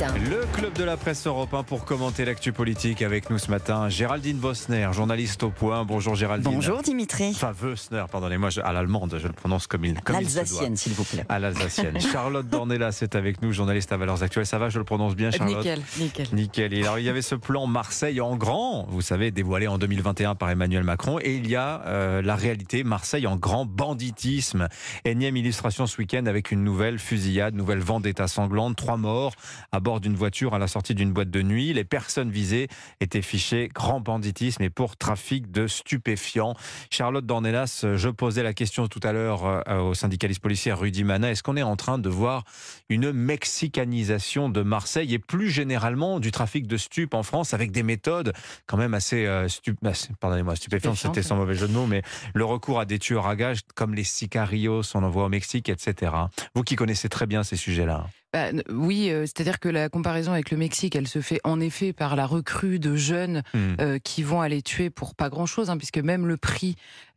matin. Le club de la presse européen pour commenter l'actu politique avec nous ce matin. Géraldine Wössner, journaliste au Point. Bonjour Géraldine. Bonjour Dimitri. Enfin Wössner, pardonnez-moi, à l'allemande, je le prononce comme il se doit. L'Alsacienne, s'il vous plaît. À l'Alsacienne. Charlotte Dornelas est avec nous, journaliste à Valeurs Actuelles. Ça va, je le prononce bien, Charlotte? Nickel. Et alors il y avait ce plan Marseille en grand, vous savez, dévoilé en 2021 par Emmanuel Macron. Et il y a la réalité, Marseille en grand banditisme. Énième illustration ce week-end avec une nouvelle fusillade, nouvelle vendetta sanglante. 3 morts à bord d'une voiture à la sortie d'une boîte de nuit. Les personnes visées étaient fichées grand banditisme et pour trafic de stupéfiants. Charlotte Dornelas, je posais la question tout à l'heure au syndicaliste policier Rudy Mana. Est-ce qu'on est en train de voir une mexicanisation de Marseille et plus généralement du trafic de stupes en France avec des méthodes quand même assez stupéfiantes, c'était sans mauvais jeu de mots, mais le recours à des tueurs à gages comme les sicarios, on en voit au Mexique, etc. Vous qui connaissez très bien ces sujets-là. Oui, c'est-à-dire que la comparaison avec le Mexique, elle se fait en effet par la recrue de jeunes qui vont aller tuer pour pas grand-chose, puisque même le prix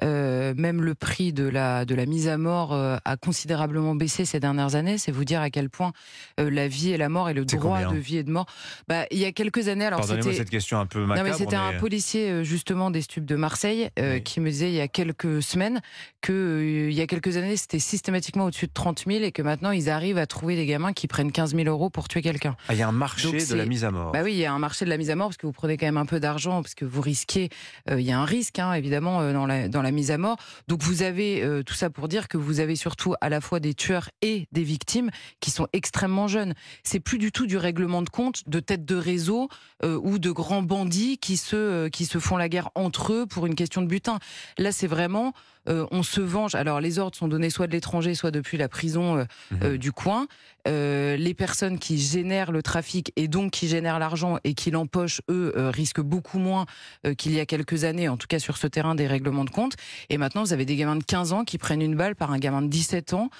de la mise à mort a considérablement baissé ces dernières années. C'est vous dire à quel point la vie et la mort et le droit de vie et de mort. Il y a quelques années, alors pardonnez-moi cette question un peu macabre. C'était un policier justement des stupes de Marseille qui me disait il y a quelques semaines que il y a quelques années c'était systématiquement au-dessus de 30 000 et que maintenant ils arrivent à trouver des gamins qui prennent 15 000 € pour tuer quelqu'un. Il y a un marché de la mise à mort. Oui, il y a un marché de la mise à mort parce que vous prenez quand même un peu d'argent, parce que vous risquez, il y a un risque évidemment dans la mise à mort. Donc vous avez tout ça pour dire que vous avez surtout à la fois des tueurs et des victimes qui sont extrêmement jeunes. C'est plus du tout du règlement de compte de têtes de réseau ou de grands bandits qui se font la guerre entre eux pour une question de butin. Là c'est vraiment... on se venge. Alors les ordres sont donnés soit de l'étranger, soit depuis la prison du coin. Les personnes qui génèrent le trafic et donc qui génèrent l'argent et qui l'empochent, eux, risquent beaucoup moins qu'il y a quelques années, en tout cas sur ce terrain des règlements de compte. Et maintenant, vous avez des gamins de 15 ans qui prennent une balle par un gamin de 17 ans.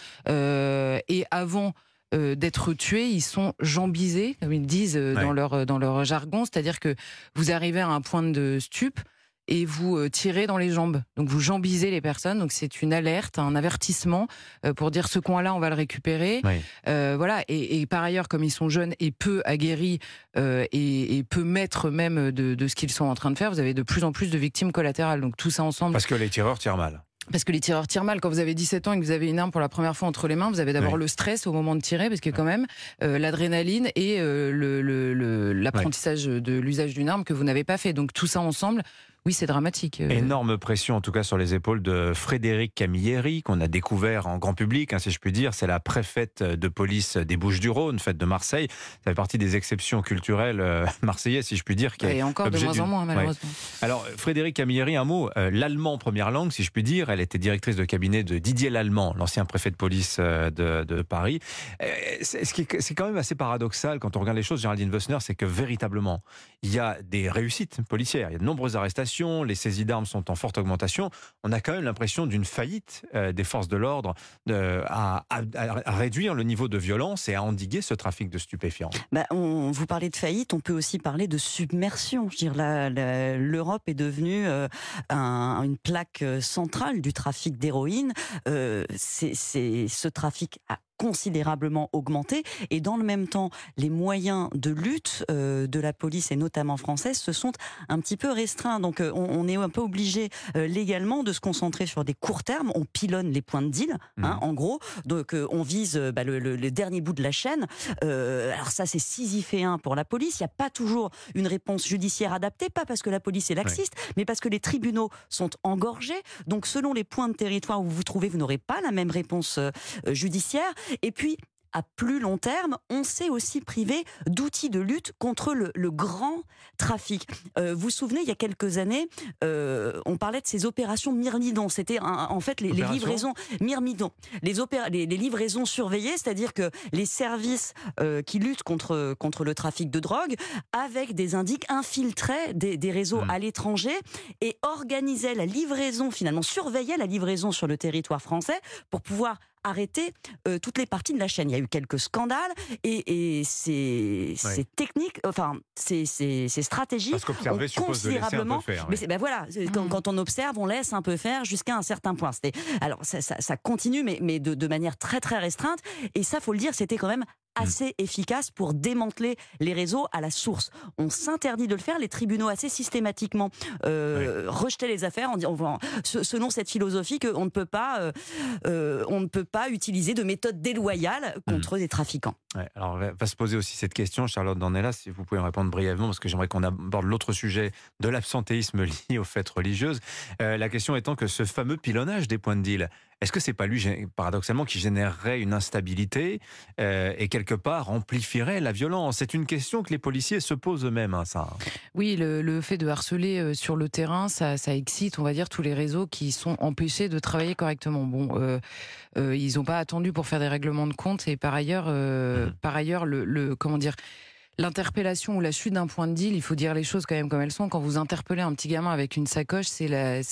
Et avant d'être tués, ils sont jambisés, comme ils disent dans leur jargon. C'est-à-dire que vous arrivez à un point de stupe, et vous tirez dans les jambes. Donc vous jambisez les personnes. Donc c'est une alerte, un avertissement pour dire ce coin-là, on va le récupérer. Oui. Voilà. Et par ailleurs, comme ils sont jeunes et peu aguerris et peu maîtres même de ce qu'ils sont en train de faire, vous avez de plus en plus de victimes collatérales. Donc tout ça ensemble. Parce que les tireurs tirent mal. Parce que les tireurs tirent mal. Quand vous avez 17 ans et que vous avez une arme pour la première fois entre les mains, vous avez d'abord le stress au moment de tirer, parce que quand même l'adrénaline et l'apprentissage de l'usage d'une arme que vous n'avez pas fait. Donc tout ça ensemble, oui, c'est dramatique. Énorme pression, en tout cas, sur les épaules de Frédéric Camilleri, qu'on a découvert en grand public, si je puis dire. C'est la préfète de police des Bouches-du-Rhône, faite de Marseille. Ça fait partie des exceptions culturelles marseillaises, si je puis dire. Et encore de moins en moins, malheureusement. Alors, Frédéric Camilleri, un mot. L'allemand première langue, si je puis dire. Elle était directrice de cabinet de Didier Lallemand, l'ancien préfet de police de Paris. C'est quand même assez paradoxal quand on regarde les choses, Géraldine Wössner, c'est que véritablement, il y a des réussites policières. Il y a de nombreuses arrestations. Les saisies d'armes sont en forte augmentation. On a quand même l'impression d'une faillite des forces de l'ordre à réduire le niveau de violence et à endiguer ce trafic de stupéfiants. Vous parlez de faillite, on peut aussi parler de submersion. Je veux dire, l'Europe est devenue une plaque centrale du trafic d'héroïne. Ce trafic a considérablement augmenté et dans le même temps les moyens de lutte de la police et notamment française se sont un petit peu restreints, donc on est un peu obligé légalement de se concentrer sur des courts termes. On pilonne les points de deal en gros, donc on vise le dernier bout de la chaîne. Alors ça c'est sisyphéen pour la police, il n'y a pas toujours une réponse judiciaire adaptée, pas parce que la police est laxiste, mais parce que les tribunaux sont engorgés, donc selon les points de territoire où vous vous trouvez, vous n'aurez pas la même réponse judiciaire. Et puis, à plus long terme, on s'est aussi privé d'outils de lutte contre le grand trafic. Vous vous souvenez, il y a quelques années, on parlait de ces opérations Myrmidon. C'était en fait les livraisons Myrmidon. Les livraisons surveillées, c'est-à-dire que les services qui luttent contre le trafic de drogue, avec des indices, infiltraient des réseaux à l'étranger et organisaient la livraison, finalement surveillaient la livraison sur le territoire français pour pouvoir arrêter toutes les parties de la chaîne. Il y a eu quelques scandales et ces techniques, enfin ces stratégies ont considérablement... Quand on observe, on laisse un peu faire jusqu'à un certain point. Alors ça continue, mais de manière très très restreinte. Et ça, faut le dire, c'était quand même assez efficace pour démanteler les réseaux à la source. On s'interdit de le faire. Les tribunaux assez systématiquement rejetaient les affaires en disant, selon cette philosophie qu'on ne peut pas utiliser de méthodes déloyales contre des trafiquants. Ouais, alors va se poser aussi cette question, Charlotte Dornelas, si vous pouvez répondre brièvement, parce que j'aimerais qu'on aborde l'autre sujet de l'absentéisme lié aux fêtes religieuses. La question étant que ce fameux pilonnage des points de deal, est-ce que c'est pas lui, paradoxalement, qui générerait une instabilité et quelque part amplifierait la violence? C'est une question que les policiers se posent eux-mêmes, hein, ça. Oui, le fait de harceler sur le terrain, ça excite, on va dire, tous les réseaux qui sont empêchés de travailler correctement. Bon, ils n'ont pas attendu pour faire des règlements de compte, et par ailleurs, comment dire, l'interpellation ou la chute d'un point de deal, il faut dire les choses quand même comme elles sont. Quand vous interpellez un petit gamin avec une sacoche, c'est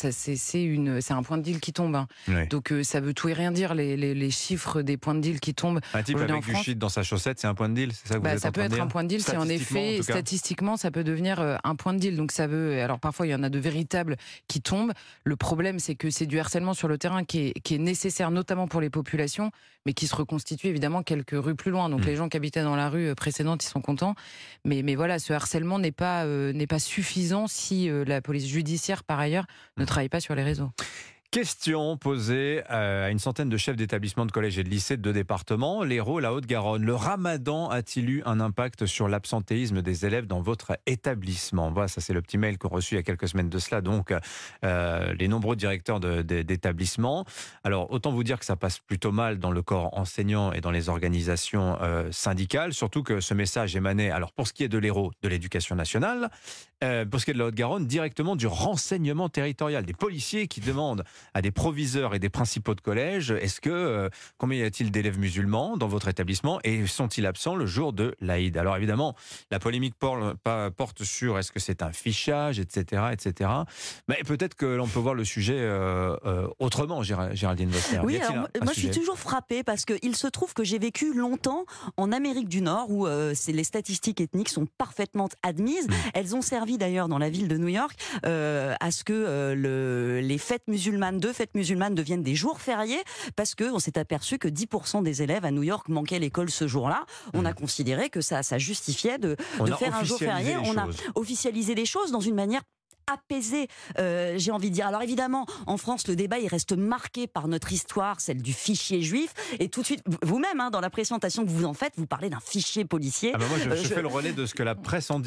un point de deal qui tombe. Hein. Oui. Donc ça veut tout et rien dire, les chiffres des points de deal qui tombent. Un type avec du shit dans sa chaussette, c'est un point de deal, c'est ça que vous êtes ça en peut train de être dire un point de deal si en effet, statistiquement, ça peut devenir un point de deal. Donc ça veut. Alors parfois, il y en a de véritables qui tombent. Le problème, c'est que c'est du harcèlement sur le terrain qui est nécessaire, notamment pour les populations, mais qui se reconstitue évidemment quelques rues plus loin. Donc les gens qui habitaient dans la rue précédente, ils sont contents. Mais voilà, ce harcèlement n'est pas suffisant si la police judiciaire, par ailleurs, ne travaille pas sur les réseaux. Question posée à une centaine de chefs d'établissements de collèges et de lycées de 2 départements, l'Hérault, la Haute-Garonne. Le ramadan a-t-il eu un impact sur l'absentéisme des élèves dans votre établissement? Voilà, ça c'est le petit mail qu'on a reçu il y a quelques semaines de cela, donc les nombreux directeurs d'établissements. Alors autant vous dire que ça passe plutôt mal dans le corps enseignant et dans les organisations syndicales, surtout que ce message émanait, alors pour ce qui est de l'Hérault, de l'éducation nationale, pour ce qui est de la Haute-Garonne, directement du renseignement territorial, des policiers qui demandent à des proviseurs et des principaux de collège, combien y a-t-il d'élèves musulmans dans votre établissement et sont-ils absents le jour de l'Aïd? Alors évidemment, la polémique porte sur est-ce que c'est un fichage, etc., etc. Mais peut-être que l'on peut voir le sujet autrement, Géraldine Vosner. Oui, alors, moi je suis toujours frappée parce qu'il se trouve que j'ai vécu longtemps en Amérique du Nord où les statistiques ethniques sont parfaitement admises. Elles ont servi d'ailleurs dans la ville de New York à ce que les fêtes musulmanes, deviennent des jours fériés parce qu'on s'est aperçu que 10% des élèves à New York manquaient l'école ce jour-là. On a considéré que ça justifiait de faire un jour férié. On a officialisé les choses dans une manière apaisée, j'ai envie de dire. Alors évidemment, en France, le débat il reste marqué par notre histoire, celle du fichier juif. Et tout de suite, vous-même, dans la présentation que vous en faites, vous parlez d'un fichier policier. Ah bah moi, je fais le relais de ce que la presse en dit.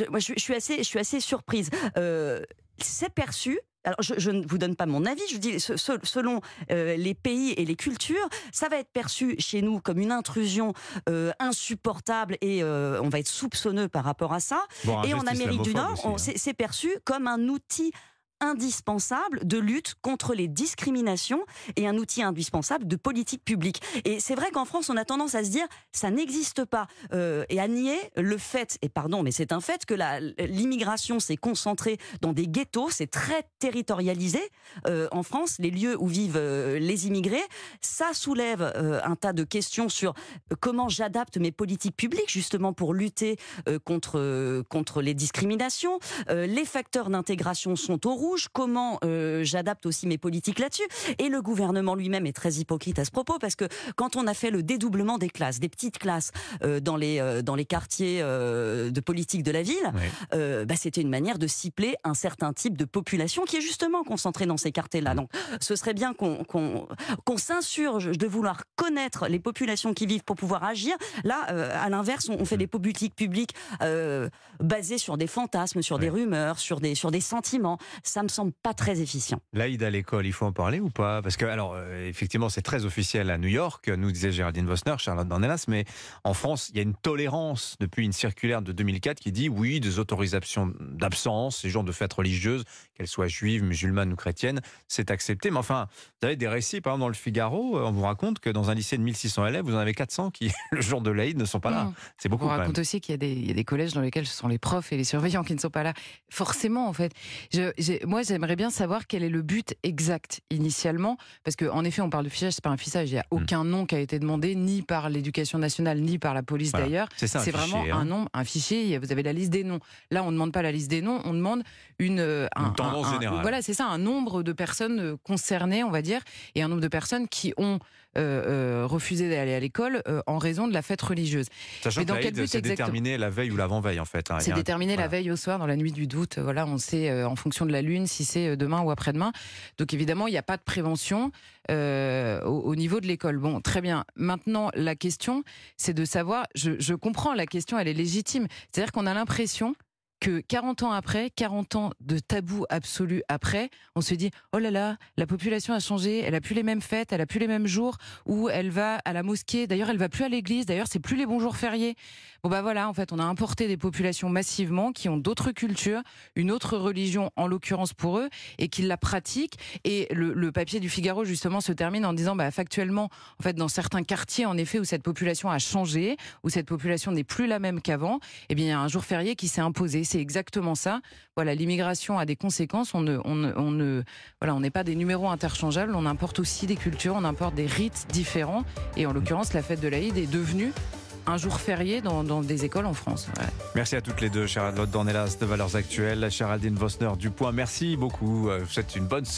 Je suis assez surprise. C'est perçu. Alors, je ne vous donne pas mon avis, je dis selon les pays et les cultures, ça va être perçu chez nous comme une intrusion insupportable et on va être soupçonneux par rapport à ça. Bon, et en Amérique du Nord, c'est perçu comme un outil indispensable de lutte contre les discriminations et un outil indispensable de politique publique. Et c'est vrai qu'en France, on a tendance à se dire ça n'existe pas et à nier le fait, et pardon, mais c'est un fait que l'immigration s'est concentrée dans des ghettos, c'est très territorialisé en France, les lieux où vivent les immigrés. Ça soulève un tas de questions sur comment j'adapte mes politiques publiques justement pour lutter contre les discriminations. Les facteurs d'intégration sont au rouge. Comment j'adapte aussi mes politiques là-dessus. Et le gouvernement lui-même est très hypocrite à ce propos parce que quand on a fait le dédoublement des classes, des petites classes dans les quartiers de politique de la ville, c'était une manière de cibler un certain type de population qui est justement concentrée dans ces quartiers-là. Donc ce serait bien qu'on s'insurge de vouloir connaître les populations qui vivent pour pouvoir agir. Là, à l'inverse, on fait des politiques publiques basées sur des fantasmes, sur des rumeurs, sur des sentiments. Ça me semble pas très efficient. L'Aïd à l'école, il faut en parler ou pas? Parce que, alors, effectivement, c'est très officiel à New York, nous disait Géraldine Vosner, Charlotte Dornelas, mais en France, il y a une tolérance depuis une circulaire de 2004 qui dit oui, des autorisations d'absence, ces genres de fêtes religieuses, qu'elles soient juives, musulmanes ou chrétiennes, c'est accepté. Mais enfin, vous avez des récits, par exemple, dans le Figaro, on vous raconte que dans un lycée de 1600 élèves, vous en avez 400 qui, le jour de l'Aïd, ne sont pas là. C'est beaucoup. On raconte aussi qu'il y a des collèges dans lesquels ce sont les profs et les surveillants qui ne sont pas là. Forcément, en fait. Moi, j'aimerais bien savoir quel est le but exact initialement, parce qu'en effet, on parle de fichage, c'est pas un fichage, il n'y a aucun nom qui a été demandé, ni par l'éducation nationale, ni par la police d'ailleurs. C'est vraiment un nom, un fichier, vous avez la liste des noms. Là, on ne demande pas la liste des noms, on demande une tendance générale. Voilà, c'est ça, un nombre de personnes concernées, on va dire, et un nombre de personnes qui ont refuser d'aller à l'école en raison de la fête religieuse. Sachant que l'Aïd, c'est déterminé la veille ou l'avant-veille en fait. C'est déterminé la veille au soir, dans la nuit du doute. Voilà, on sait en fonction de la lune si c'est demain ou après-demain. Donc évidemment, il n'y a pas de prévention au niveau de l'école. Bon, très bien. Maintenant, la question, c'est de savoir, je comprends, la question, elle est légitime. C'est-à-dire qu'on a l'impression que 40 ans après, 40 ans de tabou absolu après, on se dit oh là là, la population a changé, elle a plus les mêmes fêtes, elle a plus les mêmes jours où elle va à la mosquée, d'ailleurs elle va plus à l'église, d'ailleurs c'est plus les bons jours fériés. Bon bah voilà, en fait, on a importé des populations massivement qui ont d'autres cultures, une autre religion en l'occurrence pour eux et qui la pratiquent et le papier du Figaro justement se termine en disant bah factuellement en fait dans certains quartiers en effet où cette population a changé, où cette population n'est plus la même qu'avant, eh bien il y a un jour férié qui s'est imposé. C'est exactement ça. Voilà, l'immigration a des conséquences. On n'est pas des numéros interchangeables. On importe aussi des cultures, on importe des rites différents. Et en l'occurrence, la fête de l'Aïd est devenue un jour férié dans des écoles en France. Voilà. Merci à toutes les deux, Charlotte Dornelas de Valeurs Actuelles, Géraldine Vosner du Point. Merci beaucoup. Je vous souhaite une bonne